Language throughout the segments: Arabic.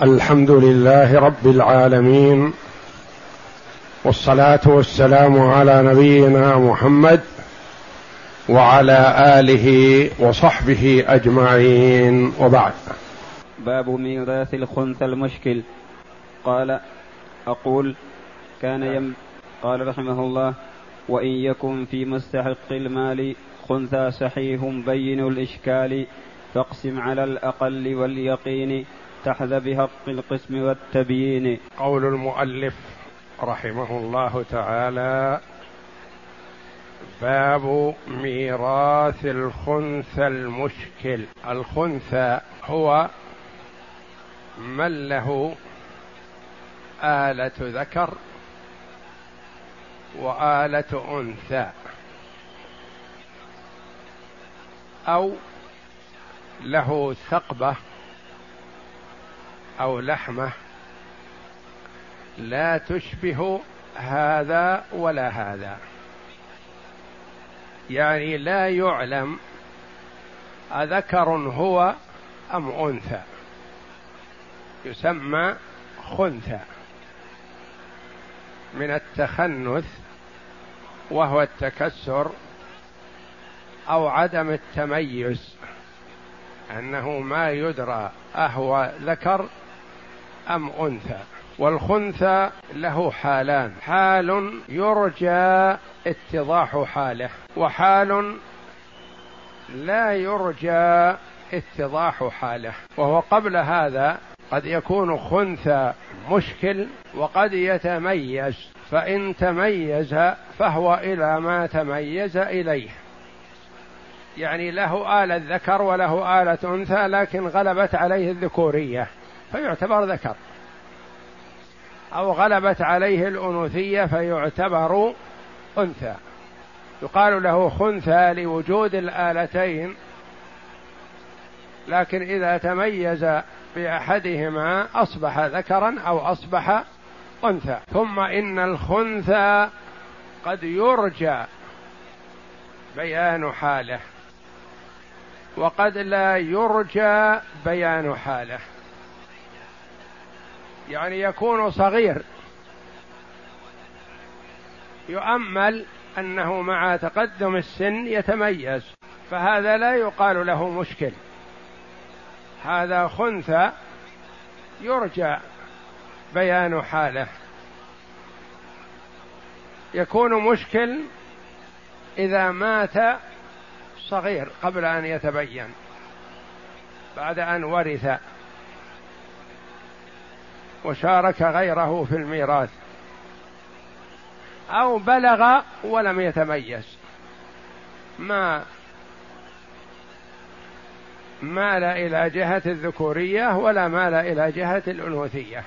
الحمد لله رب العالمين، والصلاة والسلام على نبينا محمد وعلى آله وصحبه أجمعين، وبعد. باب ميراث الخنثى المشكل. قال أقول قال رحمه الله: وإن يكن في مستحق المال خنثى صحيح بين الإشكال، فاقسم على الأقل واليقين تحظى بحق القسم والتبيين. قول المؤلف رحمه الله تعالى: باب ميراث الخنثى المشكل. الخنثى هو من له آلة ذكر وآلة أنثى، أو له ثقبة أو لحمة لا تشبه هذا ولا هذا، يعني لا يعلم أذكر هو أم أنثى، يسمى خنثى، من التخنث وهو التكسر أو عدم التميز، أنه ما يدرى أهو ذكر أم أنثى. والخنثى له حالان: حال يرجى اتضاح حاله، وحال لا يرجى اتضاح حاله. وهو قبل هذا قد يكون خنثى مشكل وقد يتميز، فإن تميز فهو إلى ما تميز إليه، يعني له آلة ذكر وله آلة أنثى لكن غلبت عليه الذكورية فيعتبر ذكر، أو غلبت عليه الأنوثية فيعتبر أنثى، يقال له خنثى لوجود الآلتين، لكن إذا تميز بأحدهما أصبح ذكرا أو أصبح أنثى. ثم إن الخنثى قد يرجى بيان حاله وقد لا يرجى بيان حاله، يعني يكون صغير يؤمل أنه مع تقدم السن يتميز، فهذا لا يقال له مشكل، هذا خنثى يرجى بيان حاله. يكون مشكل إذا مات صغير قبل أن يتبين، بعد أن ورث وشارك غيره في الميراث، أو بلغ ولم يتميز، ما مال إلى جهة الذكورية ولا مال إلى جهة الأنوثية،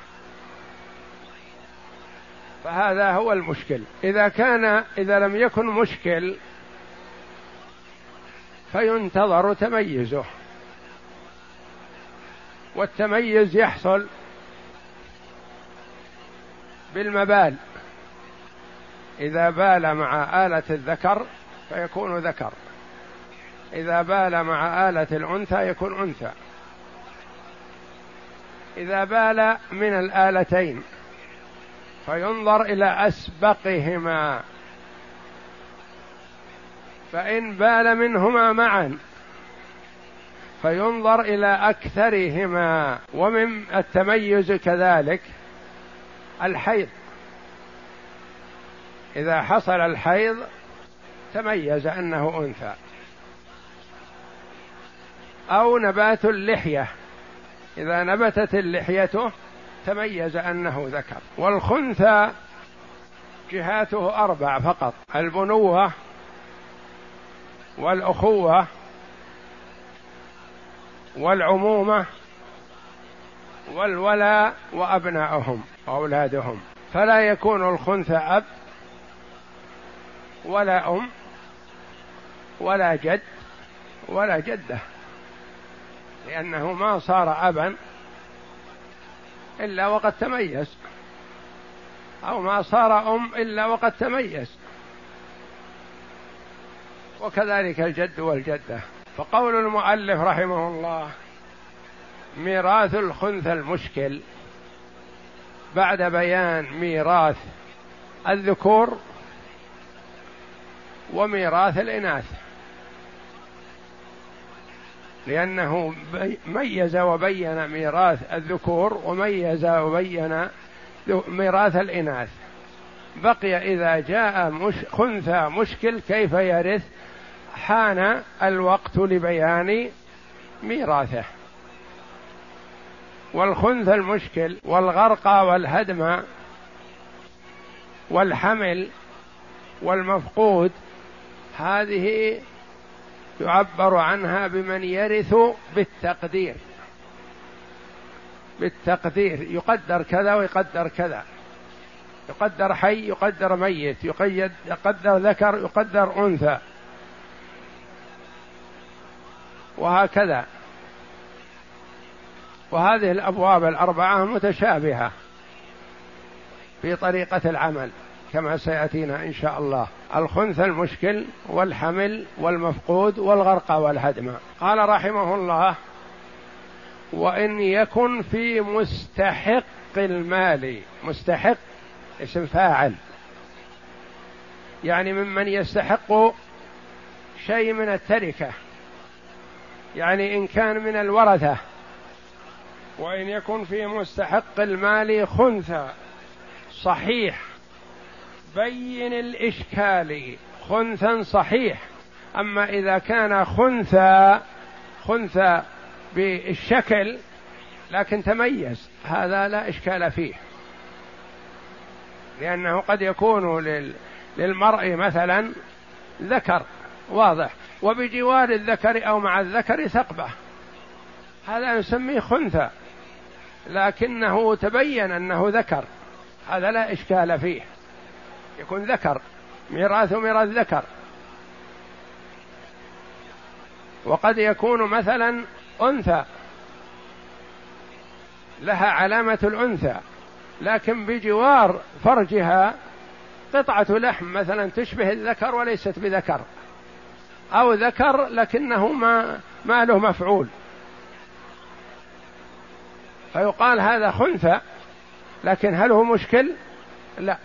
فهذا هو المشكل. إذا لم يكن مشكل فينتظر تميزه، والتميز يحصل بالمبال، إذا بال مع آلة الذكر فيكون ذكر، إذا بال مع آلة الأنثى يكون أنثى، إذا بال من الآلتين فينظر إلى أسبقهما، فإن بال منهما معا فينظر إلى أكثرهما. ومن التميز كذلك الحيض، إذا حصل الحيض تميز أنه أنثى، أو نبات اللحية، إذا نبتت اللحية تميز أنه ذكر. والخنثى جهاته 4 فقط: البنوة والأخوة والعمومة والولاء وأبنائهم وأولادهم، فلا يكون الخنثى أب ولا أم ولا جد ولا جدة، لأنه ما صار أبا إلا وقد تميز، أو ما صار أم إلا وقد تميز، وكذلك الجد والجدة. فقول المؤلف رحمه الله: ميراث الخنثى المشكل بعد بيان ميراث الذكور وميراث الإناث، لأنه ميز وبين ميراث الذكور وميز وبين ميراث الإناث. بقي إذا جاء خنثى مشكل كيف يرث، حان الوقت لبيان ميراثه. والخنثى المشكل والغرقى والهدم والحمل والمفقود هذه يعبر عنها بمن يرث بالتقدير، بالتقدير يقدر كذا ويقدر كذا، يقدر حي يقدر ميت، يقدر ذكر يقدر أنثى، وهكذا. وهذه الأبواب الأربعة متشابهة في طريقة العمل كما سيأتينا إن شاء الله. الخنثى المشكل والحمل والمفقود والغرق والهدم. قال رحمه الله: وإن يكن في مستحق المال. مستحق اسم فاعل، يعني ممن يستحق شيء من التركة، يعني إن كان من الورثة. وإن يكن في مستحق المال خنثى صحيح بين الإشكال، خنثى صحيح. أما إذا كان خنثى بالشكل لكن تميز، هذا لا إشكال فيه، لأنه قد يكون للمرء مثلا ذكر واضح وبجوار الذكر أو مع الذكر ثقبة، هذا نسميه خنثى، لكنه تبين أنه ذكر، هذا لا إشكال فيه، يكون ذكر، ميراث ذكر. وقد يكون مثلا أنثى لها علامة الأنثى لكن بجوار فرجها قطعة لحم مثلا تشبه الذكر وليست بذكر، أو ذكر لكنه ما له مفعول، فيقال هذا خنثى، لكن هل هو مشكل؟ لا.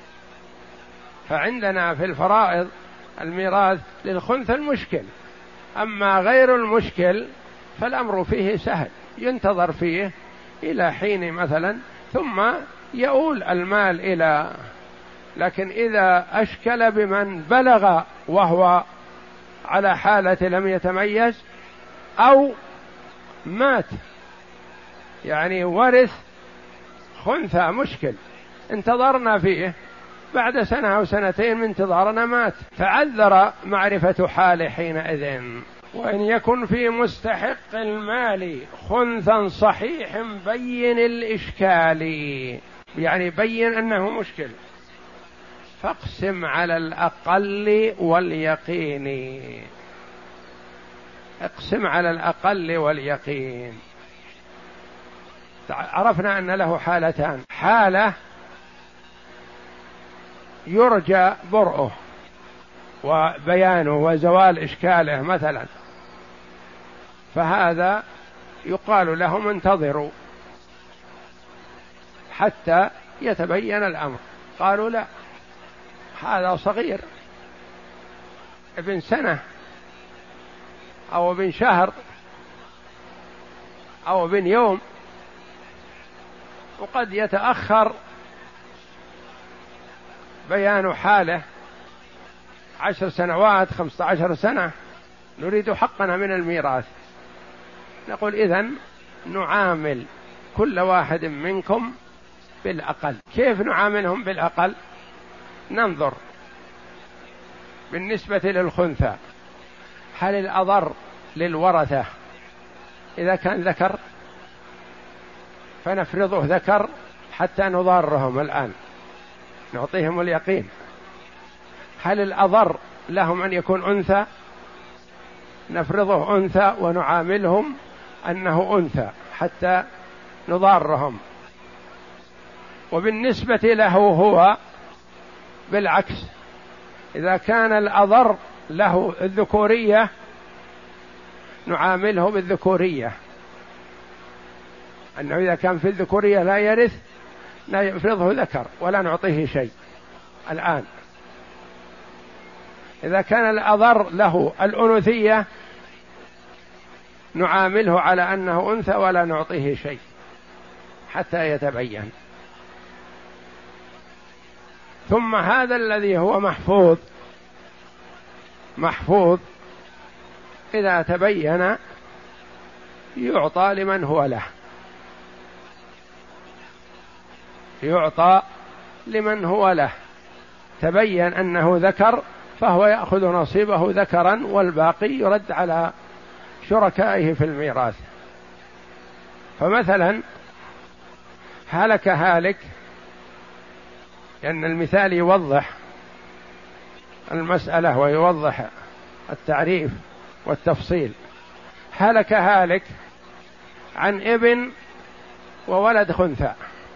فعندنا في الفرائض الميراث للخنثى المشكل، أما غير المشكل فالأمر فيه سهل، ينتظر فيه إلى حين مثلا ثم يؤول المال إلى. لكن إذا أشكل بمن بلغ وهو على حالة لم يتميز أو مات، يعني ورث خنثى مشكل انتظرنا فيه، بعد سنة أو سنتين من انتظارنا مات، فعذر معرفة حاله حينئذ. وإن يكن في مستحق المال خنثى صحيح بين الإشكال، يعني بين أنه مشكل، فاقسم على الأقل واليقين. اقسم على الأقل واليقين. عرفنا أن له حالتان: حالة يرجى برؤه وبيانه وزوال إشكاله مثلا، فهذا يقال لهم انتظروا حتى يتبين الأمر. قالوا لا، هذا صغير، ابن سنة أو ابن شهر أو ابن يوم، وقد يتأخر بيان حاله 10 سنوات 15 سنة، نريد حقنا من الميراث. نقول إذن نعامل كل واحد منكم بالأقل. كيف نعاملهم بالأقل؟ ننظر بالنسبة للخنثى، هل الأضر للورثة إذا كان ذكر فنفرضه ذكر حتى نضارهم الآن، نعطيهم اليقين. هل الأضر لهم أن يكون أنثى؟ نفرضه أنثى ونعاملهم أنه أنثى حتى نضارهم. وبالنسبة له هو بالعكس، إذا كان الأضر له الذكورية نعامله بالذكورية، أنه إذا كان في الذكورية لا يرث نفرضه ذكر ولا نعطيه شيء الآن. إذا كان الأضر له الأنوثية نعامله على أنه أنثى ولا نعطيه شيء حتى يتبين. ثم هذا الذي هو محفوظ إذا تبين يعطى لمن هو له، يعطى لمن هو له، تبين أنه ذكر فهو يأخذ نصيبه ذكرا والباقي يرد على شركائه في الميراث. فمثلا هلك هالك، لأن المثال يوضح المسألة ويوضح التعريف والتفصيل. هلك هالك عن ابن وولد خنثى.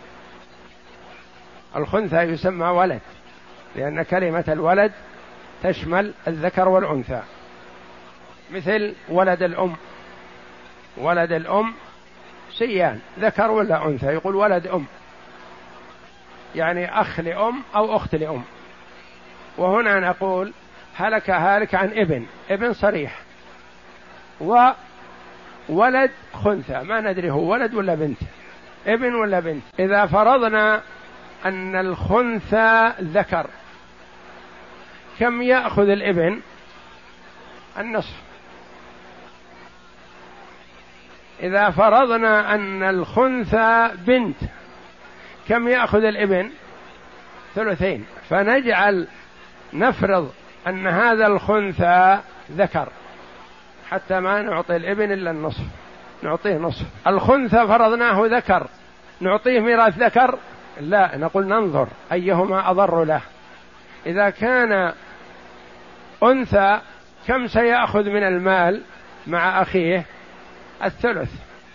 الخنثى يسمى ولد لأن كلمة الولد تشمل الذكر والأنثى، مثل ولد الأم. ولد الأم سيان ذكر ولا أنثى، يقول ولد أم يعني أخ لأم أو أخت لأم. وهنا نقول هلك هالك عن ابن صريح وولد خنثى، ما ندري هو ولد ولا بنت، ابن ولا بنت. إذا فرضنا أن الخنثى ذكر كم يأخذ الابن؟ النصف. إذا فرضنا أن الخنثى بنت كم يأخذ الابن؟ ثلثين. نفرض أن هذا الخنثى ذكر حتى ما نعطي الابن إلا النصف، نعطيه نصف. الخنثى فرضناه ذكر، نعطيه ميراث ذكر؟ لا، نقول ننظر أيهما أضر له. إذا كان أنثى كم سيأخذ من المال مع أخيه؟ الثلث.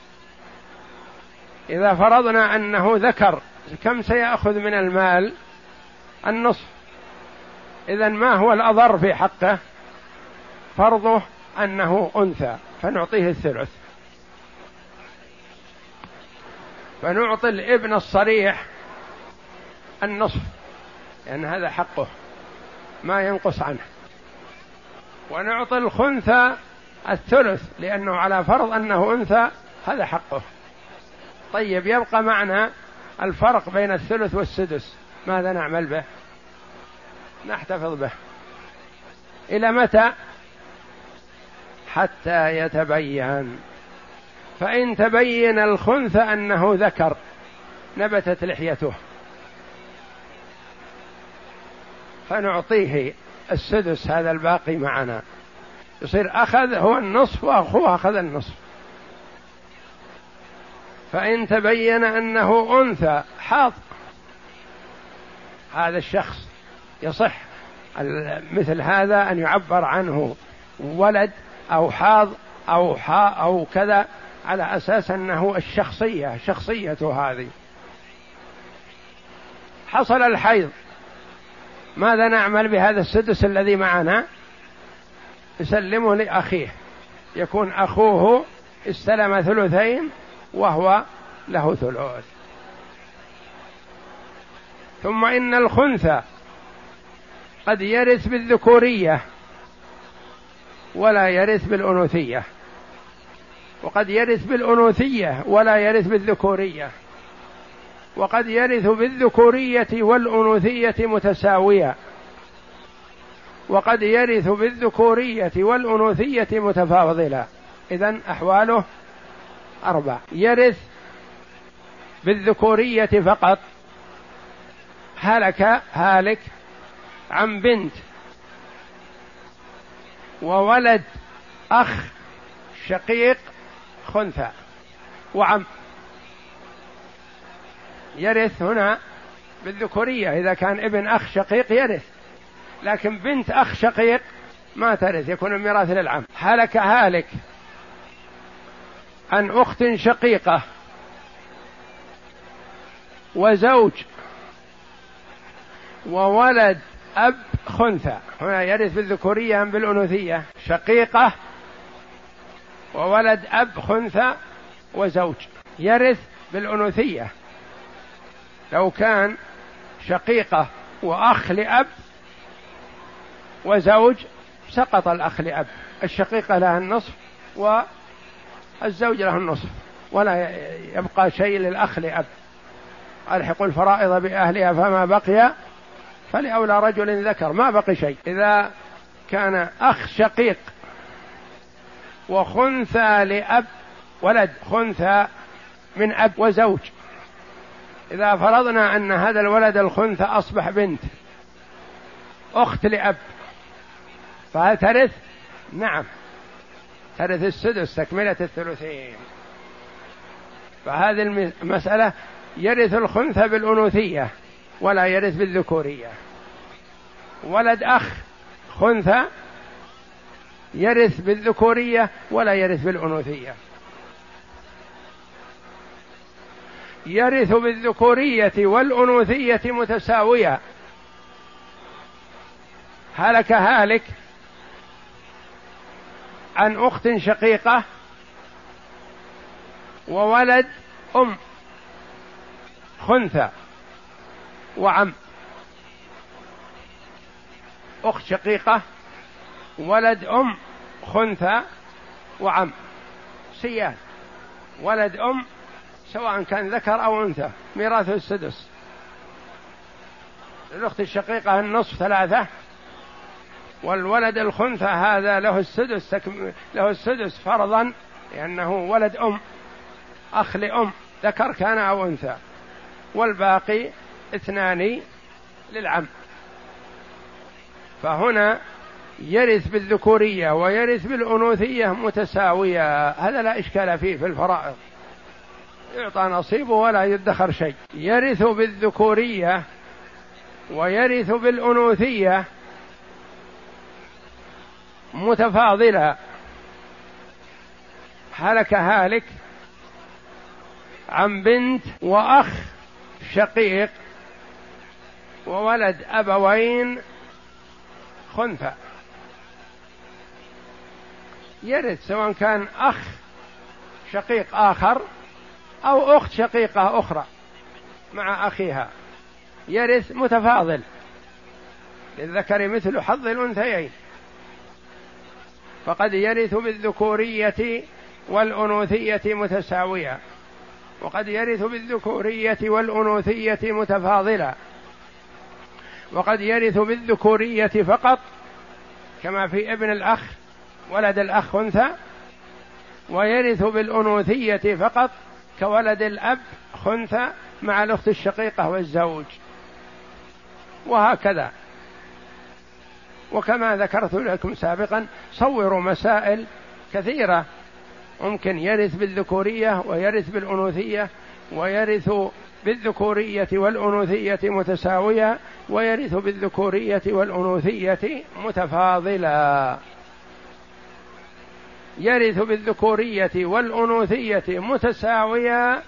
إذا فرضنا أنه ذكر كم سيأخذ من المال؟ النصف. إذن ما هو الأضر في حقه؟ فرضه أنه أنثى فنعطيه الثلث. فنعطي الابن الصريح النصف لأن هذا حقه ما ينقص عنه، ونعطي الخنثى الثلث لأنه على فرض أنه أنثى هذا حقه. طيب يبقى معنا الفرق بين الثلث والسدس، ماذا نعمل به؟ نحتفظ به إلى متى؟ حتى يتبين. فإن تبين الخنثى أنه ذكر نبتت لحيته فنعطيه السدس، هذا الباقي معنا يصير أخذ هو النصف وأخوه أخذ النصف. فإن تبين أنه أنثى حاض، هذا الشخص يصح مثل هذا أن يعبر عنه ولد أو حاض أو كذا على أساس أنه شخصيته هذه. حصل الحيض، ماذا نعمل بهذا السدس الذي معنا؟ يسلمه لأخيه، يكون أخوه استلم ثلثين وهو له ثلث. ثم إن الخنثى قد يرث بالذكورية ولا يرث بالأنوثية، وقد يرث بالأنوثية ولا يرث بالذكورية، وقد يرث بالذكورية والأنوثية متساوية، وقد يرث بالذكورية والأنوثية متفاضلة. إذن أحواله 4. يرث بالذكورية فقط، هالك عن بنت وولد أخ شقيق خنثى وعم، يرث هنا بالذكورية. إذا كان ابن أخ شقيق يرث، لكن بنت أخ شقيق ما ترث، يكون الميراث للعم. هالك عن أخت شقيقة وزوج وولد أب خنثى، هنا يرث بالذكورية أم بالأنوثية؟ شقيقة وولد أب خنثى وزوج، يرث بالأنوثية. لو كان شقيقة وأخ لأب وزوج سقط الأخ لأب، الشقيقة لها النصف والزوج له النصف، ولا يبقى شيء للأخ لأب. ألحقوا الفرائض بأهلها فما بقي فلأولى رجل ذكر، ما بقي شيء. إذا كان أخ شقيق وخنثى لأب، ولد خنثى من أب وزوج، إذا فرضنا أن هذا الولد الخنثى أصبح بنت أخت لأب، فهل ترث؟ نعم ترث السدس تكملة الثلثين. فهذه المسألة يرث الخنثى بالأنوثية ولا يرث بالذكورية. ولد أخ خنثى يرث بالذكورية ولا يرث بالأنوثية. يرث بالذكورية والأنوثية متساوية. هلك هالك عن أخت شقيقة وولد أم خنثى وعم، أخت شقيقة ولد أم خنثى وعم سيان، ولد أم سواء كان ذكر أو أنثى ميراثه السدس. الأخت الشقيقة النصف 3، والولد الخنثى هذا له السدس فرضا لأنه ولد أم أخ لأم ذكر كان أو أنثى، والباقي 2 للعم. فهنا يرث بالذكورية ويرث بالأنوثية متساوية، هذا لا إشكال فيه في الفرائض، يعطى نصيبه ولا يدخر شيء. يرث بالذكورية ويرث بالأنوثية متفاضلة. هلك هالك عن بنت وأخ شقيق وولد أبوين خنثى، يرث سواء كان أخ شقيق آخر أو أخت شقيقة أخرى مع أخيها، يرث متفاضل، للذكر مثل حظ الأنثيين. فقد يرث بالذكورية والأنوثية متساوية، وقد يرث بالذكورية والأنوثية متفاضلة، وقد يرث بالذكورية فقط كما في ابن الأخ ولد الأخ خنثى، ويرث بالأنوثية فقط كولد الأب خنثى مع الأخت الشقيقة والزوج، وهكذا. وكما ذكرت لكم سابقا صوروا مسائل كثيرة، ممكن يرث بالذكورية ويرث بالأنوثية، ويرث بالذكورية والأنوثية متساوية، ويرث بالذكورية والأنوثية متفاضلة. يرث بالذكورية والأنوثية متساوية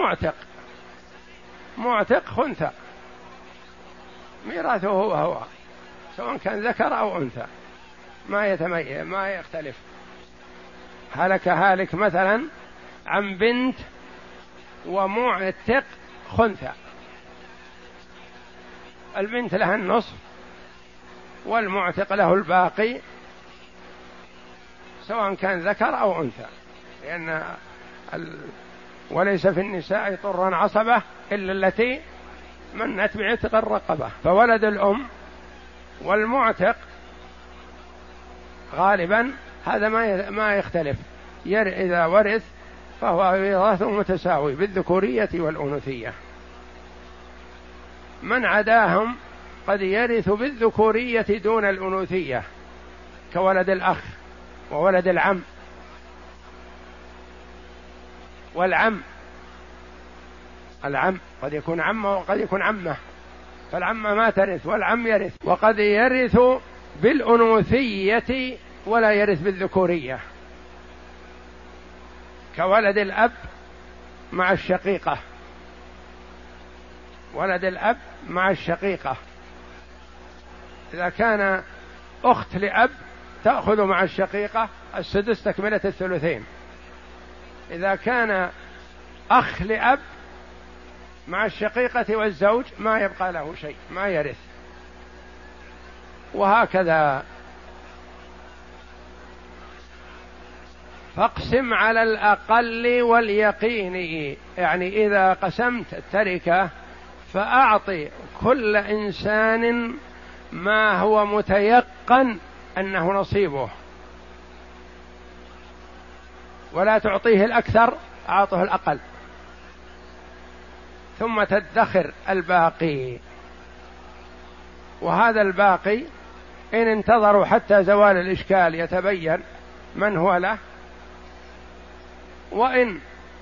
معتق خنثى، ميراثه هو سواء كان ذكر أو أنثى، ما يتميز ما يختلف. هلك هالك مثلا عن بنت ومعتق خنثى، البنت لها النصف والمعتق له الباقي سواء كان ذكر أو أنثى، لأن وليس في النساء طرا عصبة إلا التي منت بعتق الرقبة. فولد الأم والمعتق غالبا هذا ما يختلف، إذا ورث فهو ميراثه متساوي بالذكورية والأنوثية. من عداهم قد يرث بالذكورية دون الأنوثية كولد الأخ وولد العم والعم. العم قد يكون عمه وقد يكون عمه، فالعمة ما ترث والعم يرث. وقد يرث بالأنوثية ولا يرث بالذكورية كولد الأب مع الشقيقة، ولد الأب مع الشقيقة إذا كان أخت لأب تأخذ مع الشقيقة السدس تكملة الثلثين. إذا كان أخ لأب مع الشقيقة والزوج ما يبقى له شيء، ما يرث. وهكذا. فاقسم على الأقل واليقين، يعني إذا قسمت التركة فأعطي كل إنسان ما هو متيقن أنه نصيبه، ولا تعطيه الأكثر، أعطه الأقل، ثم تدخر الباقي. وهذا الباقي إن انتظروا حتى زوال الإشكال يتبين من هو له، وإن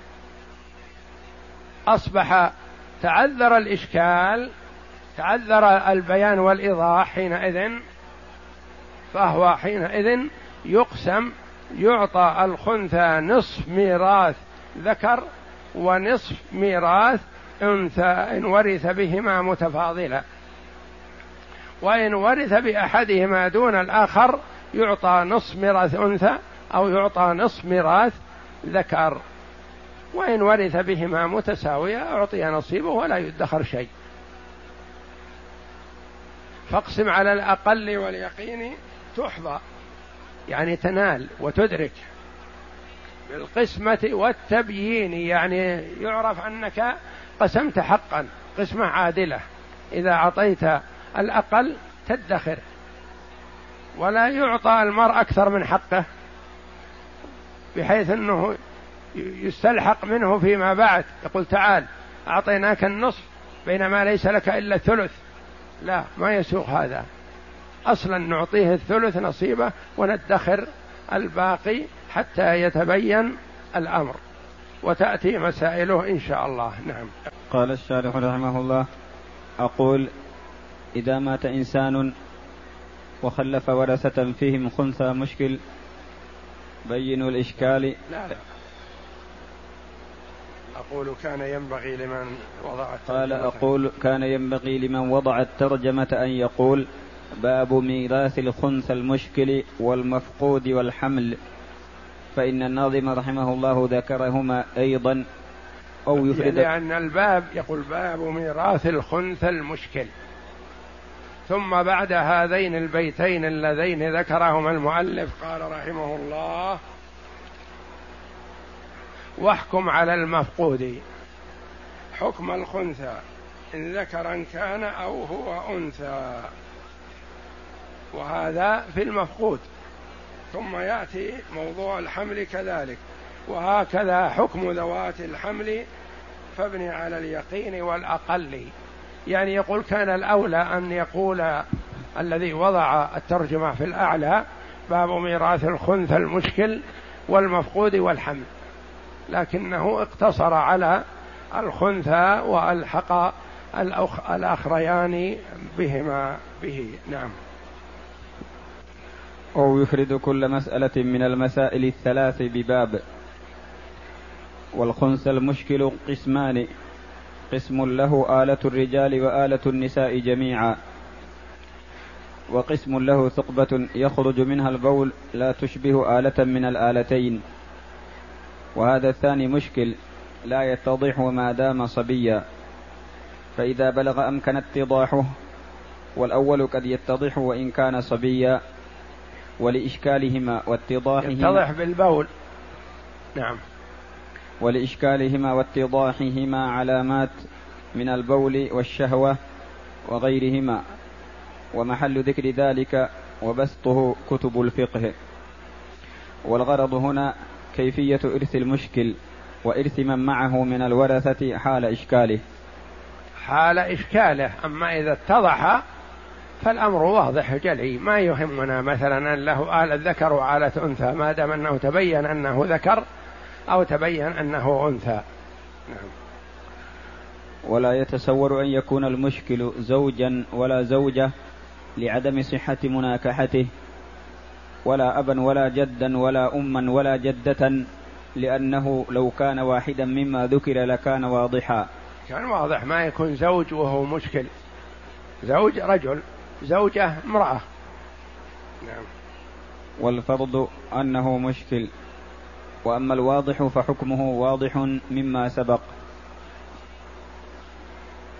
أصبح تعذر الإشكال، تعذر البيان والإيضاح حينئذ، فهو حينئذ يقسم، يعطى الخنثى نصف ميراث ذكر ونصف ميراث أنثى إن ورث بهما متفاضلا، وإن ورث بأحدهما دون الآخر يعطى نصف ميراث أنثى أو يعطى نصف ميراث ذكر، وإن ورث بهما متساوية أعطي نصيبه ولا يدخر شيء. فاقسم على الأقل واليقين تحظى، يعني تنال وتدرك بالقسمة والتبيين، يعني يعرف أنك قسمت حقا قسمة عادلة. إذا أعطيت الأقل تدخر، ولا يعطى المرء أكثر من حقه بحيث أنه يستلحق منه فيما بعد، يقول تعال أعطيناك النصف بينما ليس لك إلا الثلث. لا، ما يسوق هذا، أصلا نعطيه الثلث نصيبه وندخر الباقي حتى يتبين الأمر وتأتي مسائله إن شاء الله. نعم. قال الشارح رحمه الله: أقول إذا مات إنسان وخلف ورثة فيهم خنثى مشكل بينوا الإشكال. لا. أقول كان ينبغي لمن وضع الترجمة. قال أقول كان ينبغي لمن وضع الترجمة أن يقول: باب ميراث الخنثى المشكل والمفقود والحمل، فإن الناظم رحمه الله ذكرهما أيضا، أو يفرد، لأن الباب يقول باب ميراث الخنثى المشكل، ثم بعد هذين البيتين اللذين ذكرهما المؤلف قال رحمه الله: واحكم على المفقود حكم الخنثى إن ذكرا كان أو هو أنثى. وهذا في المفقود، ثم يأتي موضوع الحمل كذلك. وهكذا حكم ذوات الحمل فابني على اليقين والأقل. يعني يقول كان الأولى أن يقول الذي وضع الترجمة في الأعلى باب ميراث الخنثى المشكل والمفقود والحمل، لكنه اقتصر على الخنثى وألحق الأخريان بهما به. نعم. أو يفرد كل مسألة من المسائل الثلاث بباب. والخنثى المشكل قسمان: قسم له آلة الرجال وآلة النساء جميعا، وقسم له ثقبة يخرج منها البول لا تشبه آلة من الآلتين، وهذا الثاني مشكل لا يتضح ما دام صبيا، فإذا بلغ أمكن اتضاحه، والأول قد يتضح وإن كان صبيا، ولإشكالهما واتضاحهما يتضح بالبول. نعم. ولإشكالهما واتضاحهما علامات من البول والشهوة وغيرهما، ومحل ذكر ذلك وبسطه كتب الفقه. والغرض هنا كيفية إرث المشكل وإرث من معه من الورثة حال إشكاله. حال إشكاله. أما إذا اتضح فالأمر واضح جلي، ما يهمنا مثلا أن له آلة ذكر وآلة أنثى ما دام أنه تبين أنه ذكر أو تبين أنه أنثى. نعم. ولا يتصور أن يكون المشكل زوجا ولا زوجة لعدم صحة مناكحته، ولا أبا ولا جدا ولا أما ولا جدة، لأنه لو كان واحدا مما ذكر لكان واضحا. كان واضح، ما يكون زوج وهو مشكل. زوج رجل، زوجة امرأة. نعم. والفرض أنه مشكل، وأما الواضح فحكمه واضح مما سبق.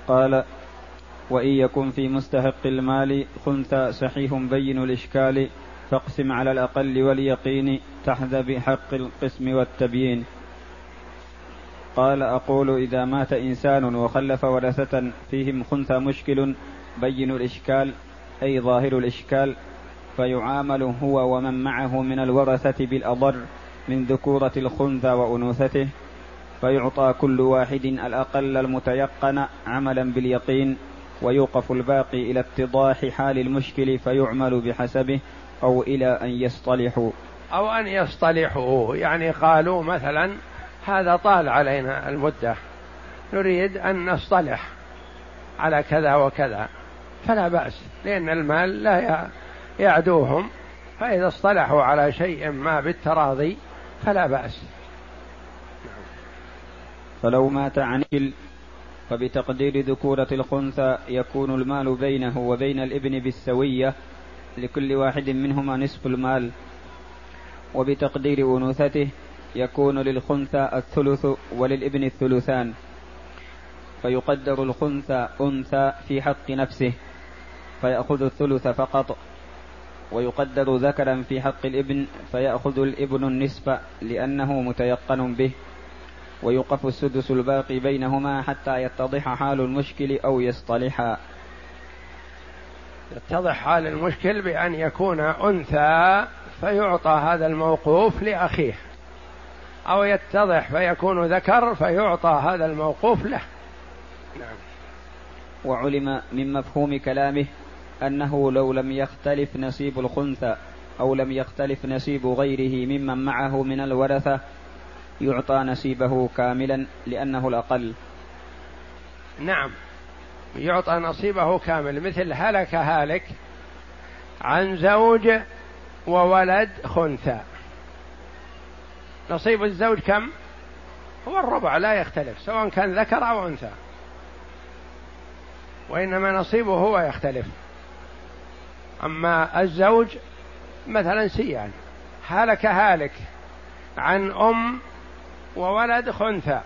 قال: وإن يكن في مستحق المال خنثى صحيح بين الإشكال فاقسم على الأقل واليقين تحظى بحق القسم والتبيين. قال: أقول إذا مات إنسان وخلف ورثة فيهم خنثى مشكل بين الإشكال أي ظاهر الإشكال فيعامل هو ومن معه من الورثة بالأضر من ذكورة الخنثى وأنوثته، فيعطى كل واحد الأقل المتيقن عملا باليقين، ويوقف الباقي إلى اتضاح حال المشكل فيعمل بحسبه أو إلى أن يصطلحوا يعني قالوا مثلا هذا طال علينا المدة نريد أن نصطلح على كذا وكذا فلا بأس، لأن المال لا يعدوهم، فإذا اصطلحوا على شيء ما بالتراضي فلا بأس. فلو مات عن فبتقدير ذكورة الخنثى يكون المال بينه وبين الابن بالسوية لكل واحد منهما نصف المال، وبتقدير أنوثته يكون للخنثى الثلث وللابن الثلثان، فيقدر الخنثى أنثى في حق نفسه فيأخذ الثلث فقط، ويقدر ذكرا في حق الابن فيأخذ الابن النصف لأنه متيقن به، ويوقف السدس الباقي بينهما حتى يتضح حال المشكل أو يصطلحا. يتضح حال المشكل بأن يكون أنثى فيعطى هذا الموقوف لأخيه، أو يتضح فيكون ذكر فيعطى هذا الموقوف له. نعم. وعلم من مفهوم كلامه أنه لو لم يختلف نصيب الخنثى أو لم يختلف نصيب غيره ممن معه من الورثة يعطى نصيبه كاملا لأنه الأقل. نعم، يعطى نصيبه كامل، مثل هلك هالك عن زوج وولد خنثى، نصيب الزوج كم؟ هو الربع، لا يختلف سواء كان ذكر أو أنثى، وإنما نصيبه هو يختلف. أما الزوج مثلا سيان، هلك هالك عن أم وولد خنثى،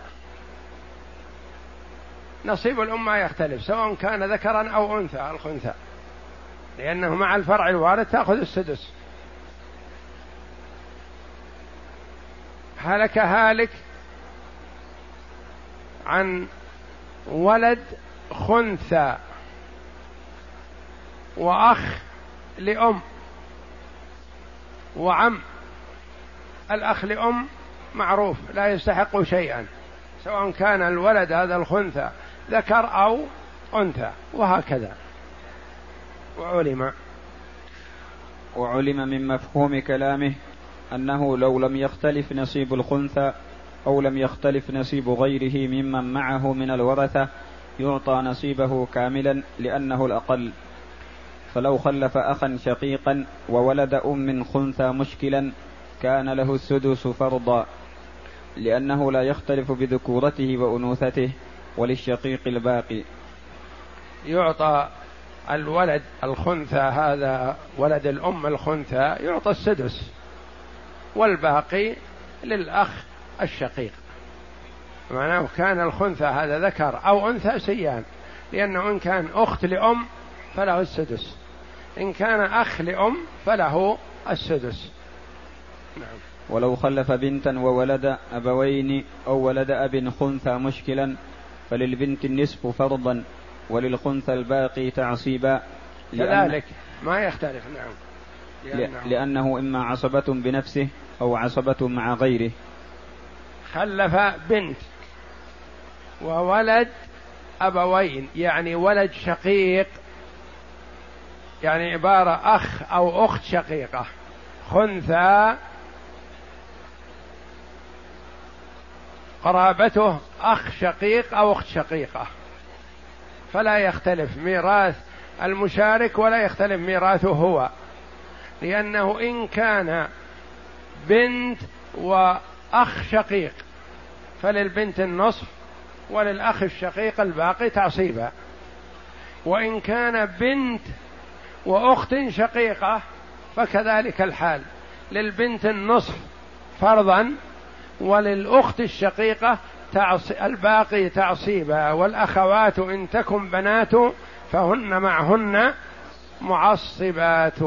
نصيب الأم ما يختلف سواء كان ذكرا أو أنثى الخنثى، لأنه مع الفرع الوارث تأخذ السدس. هلك هالك عن ولد خنثى وأخ لأم وعم، الأخ لأم معروف لا يستحق شيئا سواء كان الولد هذا الخنثى ذكر أو أنثى، وهكذا. وعلم من مفهوم كلامه أنه لو لم يختلف نصيب الخنثى أو لم يختلف نصيب غيره ممن معه من الورثة يعطى نصيبه كاملا لأنه الأقل. فلو خلف أخا شقيقا وولد أم خنثى مشكلا كان له السدس فرضا، لأنه لا يختلف بذكورته وأنوثته، وللشقيق الباقي. يعطى الولد الخنثى هذا ولد الأم الخنثى يعطى السدس، والباقي للأخ الشقيق، معناه كان الخنثى هذا ذكر أو أنثى سيان، لأنه إن كان أخت لأم فله السدس، إن كان أخ لأم فله السدس. نعم. ولو خلف بنتا وولد أبوين أو ولد أب خنثى مشكلا فللبنت النصف فرضا وللخنثى الباقي تعصيبا، كذلك ما يختلف. نعم. لأنه إما عصبة بنفسه أو عصبة مع غيره. خلف بنت وولد أبوين يعني ولد شقيق، يعني عبارة أخ أو أخت شقيقة، خنثى قرابته أخ شقيق أو أخت شقيقة، فلا يختلف ميراث المشارك ولا يختلف ميراثه هو، لأنه إن كان بنت وأخ شقيق فللبنت النصف وللأخ الشقيق الباقي تعصيبا، وإن كان بنت وأخت شقيقة فكذلك الحال، للبنت النصف فرضا وللأخت الشقيقة الباقي تعصيبا، والأخوات إن تكن بنات فهن معهن معصبات.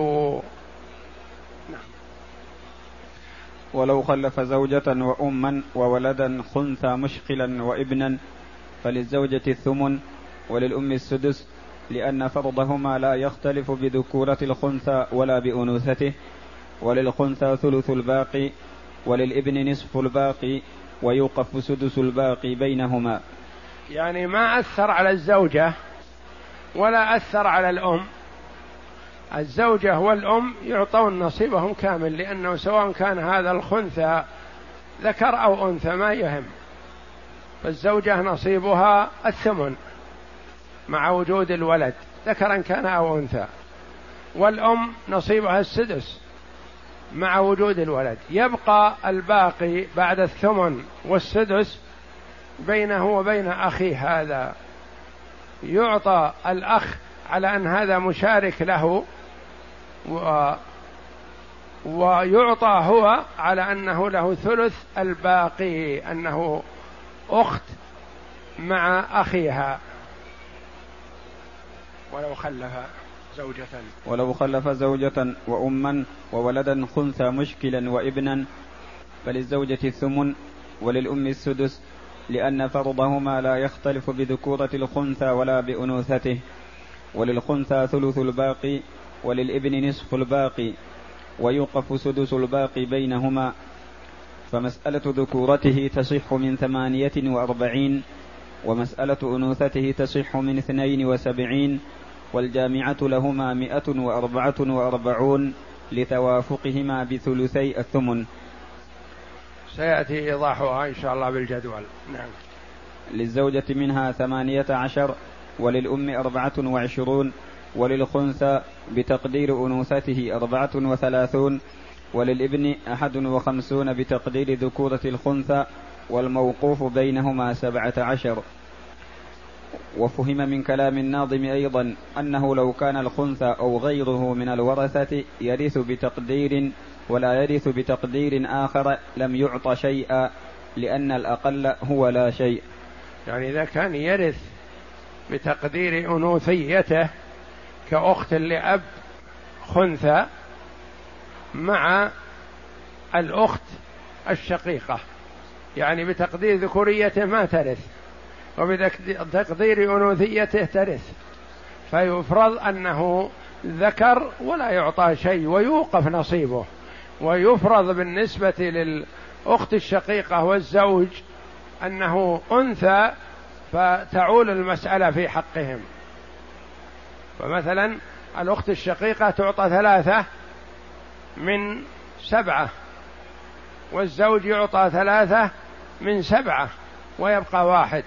ولو خلف زوجة وأما وولدا خنثى مشقلا وابنا فللزوجة الثمن وللأم السدس، لأن فرضهما لا يختلف بذكورة الخنثى ولا بأنوثته، وللخنثى ثلث الباقي وللابن نصف الباقي ويوقف سدس الباقي بينهما. يعني ما أثر على الزوجة ولا أثر على الأم، الزوجة والأم يعطون نصيبهم كامل، لأنه سواء كان هذا الخنثى ذكر أو أنثى ما يهم، فالزوجة نصيبها الثمن مع وجود الولد ذكرا كان أو أنثى، والأم نصيبها السدس مع وجود الولد. يبقى الباقي بعد الثمن والسدس بينه وبين أخيه، هذا يعطى الأخ على أن هذا مشارك له، ويعطى هو على أنه له ثلث الباقي، أنه أخت مع أخيها. ولو خلف زوجة وأما وولدا خنثى مشكلا وابنا فللزوجة الثمن وللأم السدس، لأن فرضهما لا يختلف بذكورة الخنثى ولا بأنوثته، وللخنثى ثلث الباقي وللابن نصف الباقي ويوقف سدس الباقي بينهما. فمسألة ذكورته تصح من 48 ومسألة أنوثته تصح من 72، والجامعة لهما 144 لتوافقهما بثلثي الثمن. سيأتي إيضاحها إن شاء الله بالجدول. نعم. للزوجة منها 18 وللأم 24 وللخنثى بتقدير أنوثته 34 وللابن 51 بتقدير ذكورة الخنثى، والموقوف بينهما 17. وفهم من كلام الناظم أيضا أنه لو كان الخنثى أو غيره من الورثة يرث بتقدير ولا يرث بتقدير آخر لم يعط شيئا، لأن الأقل هو لا شيء. يعني إذا كان يرث بتقدير أنوثيته كأخت لأب خنثى مع الأخت الشقيقة، يعني بتقدير ذكوريته ما ترث وبتقدير أنوثيته ترث، فيفرض أنه ذكر ولا يعطى شيء ويوقف نصيبه، ويفرض بالنسبة للأخت الشقيقة والزوج أنه أنثى فتعول المسألة في حقهم. فمثلا الأخت الشقيقة تعطى 3 من 7، والزوج يعطى 3 من 7 ويبقى 1.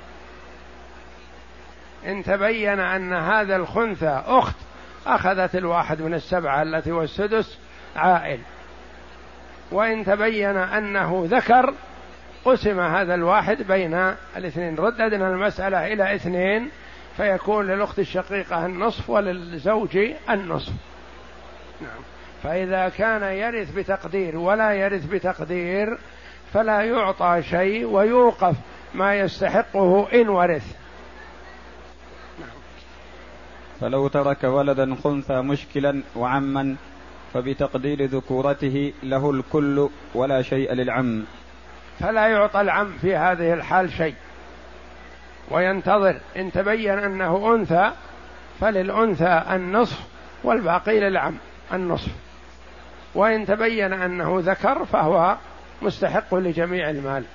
إن تبين أن هذا الخنثى أخت أخذت 1 من 7 التي هو السدس عائل، وإن تبين أنه ذكر قسم هذا 1 بين 2، رددنا المسألة إلى 2 فيكون للأخت الشقيقة النصف وللزوج النصف. نعم. فإذا كان يرث بتقدير ولا يرث بتقدير فلا يعطى شيء ويوقف ما يستحقه إن ورث. فلو ترك ولدا خنثى مشكلا وعما فبتقدير ذكورته له الكل ولا شيء للعم، فلا يعطى العم في هذه الحال شيء، وينتظر إن تبين أنه أنثى فللأنثى النصف والباقي للعم النصف، وإن تبين أنه ذكر فهو مستحق لجميع المال.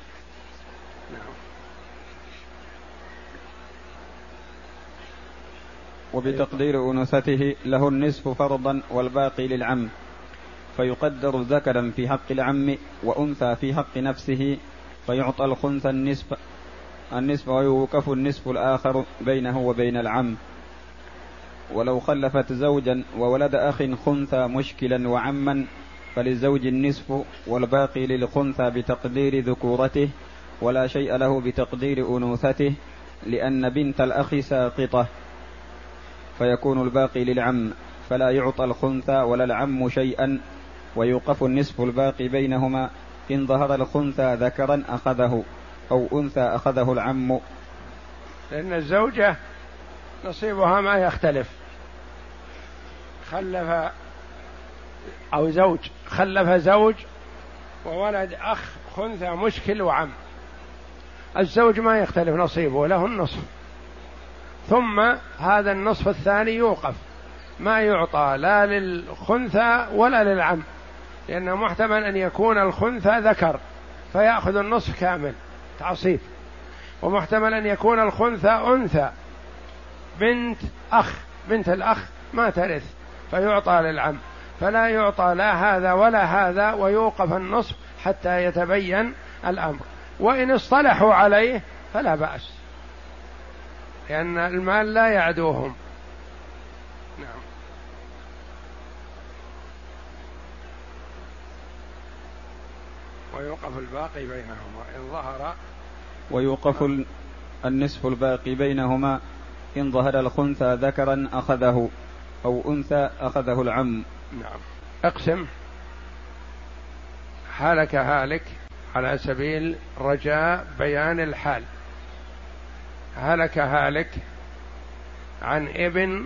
وبتقدير أنوثته له النصف فرضا والباقي للعم، فيقدر ذكرا في حق العم وأنثى في حق نفسه، فيعطى الخنثى النصف ويوقف النصف الآخر بينه وبين العم. ولو خلفت زوجا وولد أخ خنثى مشكلا وعما فللزوج النصف والباقي للخنثى بتقدير ذكورته، ولا شيء له بتقدير أنوثته، لأن بنت الأخ ساقطة، فيكون الباقي للعم، فلا يعطى الخنثى ولا العم شيئا، ويوقف النصف الباقي بينهما. إن ظهر الخنثى ذكرا أخذه، أو أنثى أخذه العم. لأن الزوجة نصيبها ما يختلف، خلف أو زوج خلف زوج وولد أخ خنثى مشكل وعم، الزوج ما يختلف نصيبه، له النصف، ثم هذا النصف الثاني يوقف، ما يعطى لا للخنثى ولا للعم، لأنه محتمل أن يكون الخنثى ذكر فيأخذ النصف كامل تعصيب، ومحتمل أن يكون الخنثى أنثى بنت أخ، بنت الأخ ما ترث فيعطى للعم، فلا يعطى لا هذا ولا هذا، ويوقف النصف حتى يتبين الأمر. وإن اصطلحوا عليه فلا بأس، لأن المال لا يعدوهم. نعم. ويوقف الباقي بينهما إن ظهر، ويوقف النصف الباقي بينهما إن ظهر الخنثى ذكرا أخذه أو أنثى أخذه العم. نعم. اقسم حالك هالك على سبيل رجاء بيان الحال. هلك هالك عن ابن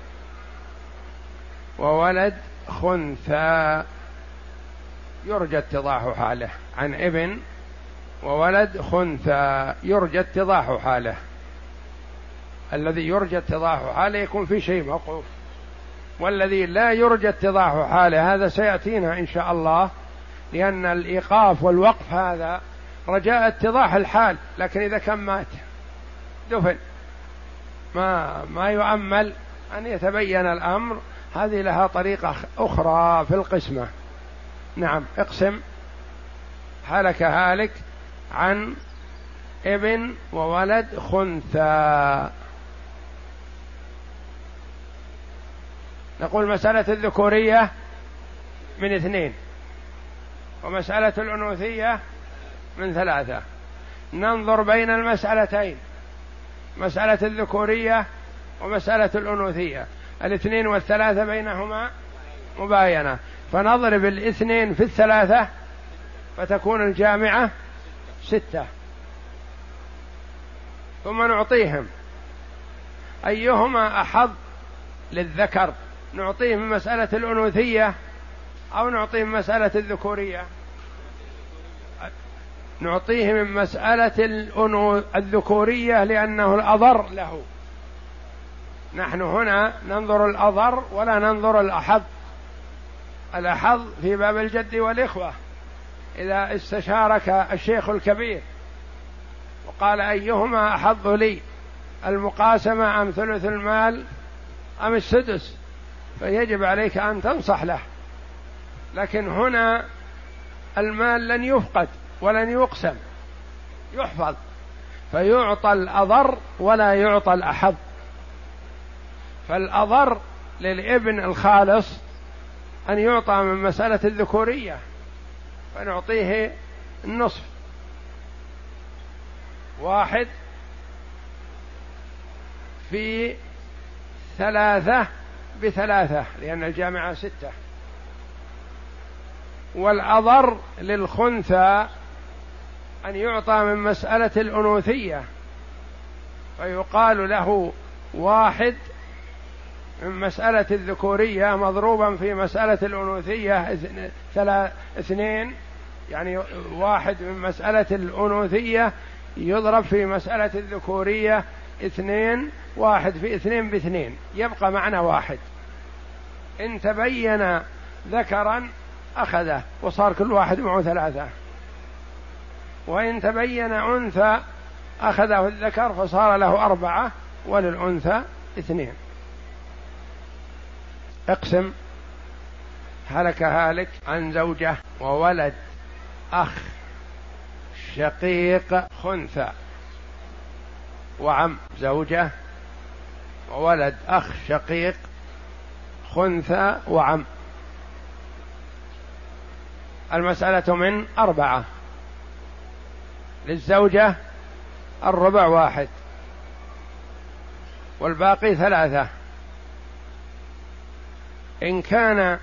وولد خنثى يرجى اتضاح حاله، عن ابن وولد خنثى يرجى اتضاح حاله. الذي يرجى اتضاح حاله يكون في شيء موقوف، والذي لا يرجى اتضاح حاله هذا سيأتينا إن شاء الله، لأن الإيقاف والوقف هذا رجاء اتضاح الحال، لكن إذا كان مات دفن ما يؤمل أن يتبين الأمر، هذه لها طريقة أخرى في القسمة. نعم. اقسم هلك هالك عن ابن وولد خنثى. نقول مسألة الذكورية من 2 ومسألة الأنوثية من 3. ننظر بين المسألتين، مسألة الذكورية ومسألة الأنوثية، 2 و3 بينهما مباينة، فنضرب 2 في 3 فتكون الجامعة 6، ثم نعطيهم أيهما أحظ للذكر، نعطيه من مسألة الأنوثية أو نعطيه من مسألة الذكورية؟ نعطيه من مسألة الذكورية لأنه الأضر له. نحن هنا ننظر الأضر ولا ننظر الأحظ. الأحظ في باب الجد والإخوة، إذا استشارك الشيخ الكبير وقال أيهما أحظ لي، المقاسمة أم ثلث المال أم السدس، فيجب عليك أن تنصح له. لكن هنا المال لن يفقد ولن يقسم، يحفظ، فيعطى الأضر ولا يعطى الأحظ. فالأضر للابن الخالص أن يعطى من مسألة الذكورية، فنعطيه النصف، 1 في 3 ب3 لأن الجامعة 6. والأضر للخنثى أن يعطى من مسألة الأنوثية، فيقال له 1 من مسألة الذكورية مضروبا في مسألة الأنوثية 2، يعني 1 من مسألة الأنوثية يضرب في مسألة الذكورية 2، 1 في 2 ب2 يبقى معنا 1. إن تبين ذكرا أخذه وصار كل واحد معه 3، وإن تبين أنثى أخذه الذكر فصار له 4 وللأنثى 2. اقسم هلك هالك عن زوجة وولد أخ شقيق خنثى وعم. زوجة وولد أخ شقيق خنثى وعم. المسألة من 4. للزوجة الربع 1 والباقي 3. إن كان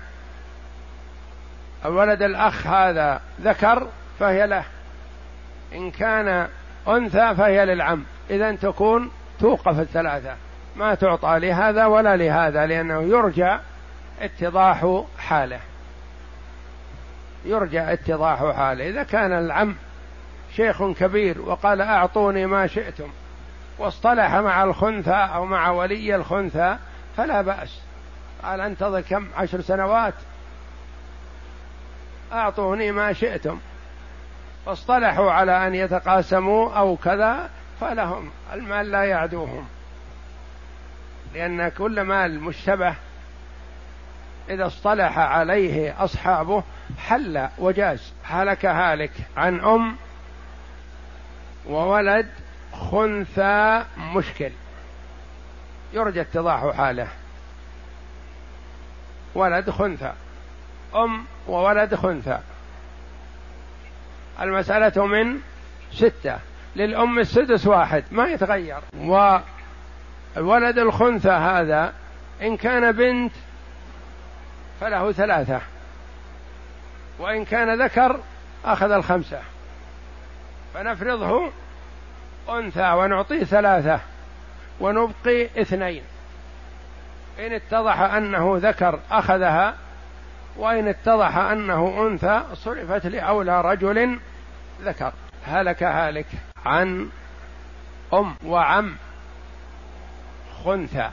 الولد الأخ هذا ذكر فهي له، إن كان أنثى فهي للعم، إذن تكون توقف الثلاثة، ما تعطى لهذا ولا لهذا، لأنه يرجى اتضاح حاله، يرجى اتضاح حاله. إذا كان العم شيخ كبير وقال أعطوني ما شئتم واصطلح مع الخنثى أو مع ولي الخنثى فلا بأس، قال انتظر كم 10 سنوات أعطوني ما شئتم، واصطلحوا على أن يتقاسموا أو كذا، فلهم المال لا يعدوهم، لأن كل مال مشتبه إذا اصطلح عليه أصحابه حل وجاز. هلك هالك عن أم وولد خنثى مشكل، يرجى اتضاح حاله. ولد خنثى، أم وولد خنثى، المسألة من 6، للأم السدس واحد ما يتغير، والولد الخنثى هذا إن كان بنت فله 3، وإن كان ذكر أخذ 5، فنفرضه أنثى ونعطيه 3 ونبقي 2، إن اتضح أنه ذكر أخذها، وإن اتضح أنه أنثى صرفت لأولى رجل ذكر. هلك هالك عن أم وعم خنثى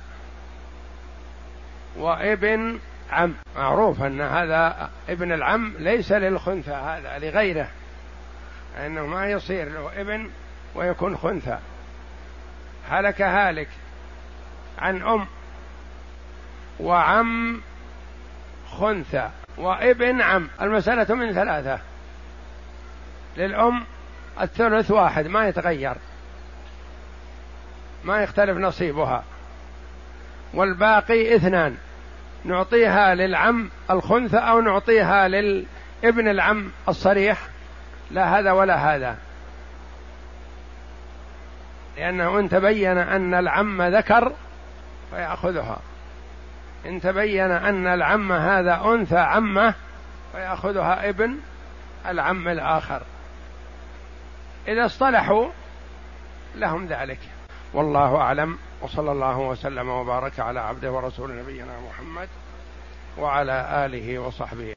وابن عم، معروف أن هذا ابن العم ليس للخنثى، هذا لغيره، لأنه ما يصير له ابن ويكون خنثى. هلك هالك عن أم وعم خنثى وابن عم، المسألة من 3، للأم الثلث واحد ما يتغير، ما يختلف نصيبها، والباقي 2، نعطيها للعم الخنثى أو نعطيها للابن العم الصريح، لا هذا ولا هذا، لأنه إن تبين أن العم ذكر فيأخذها، إن تبين أن العم هذا أنثى عمه فيأخذها ابن العم الآخر، إذا اصطلحوا لهم ذلك. والله أعلم، وصلى الله وسلم وبارك على عبده ورسول نبينا محمد وعلى آله وصحبه.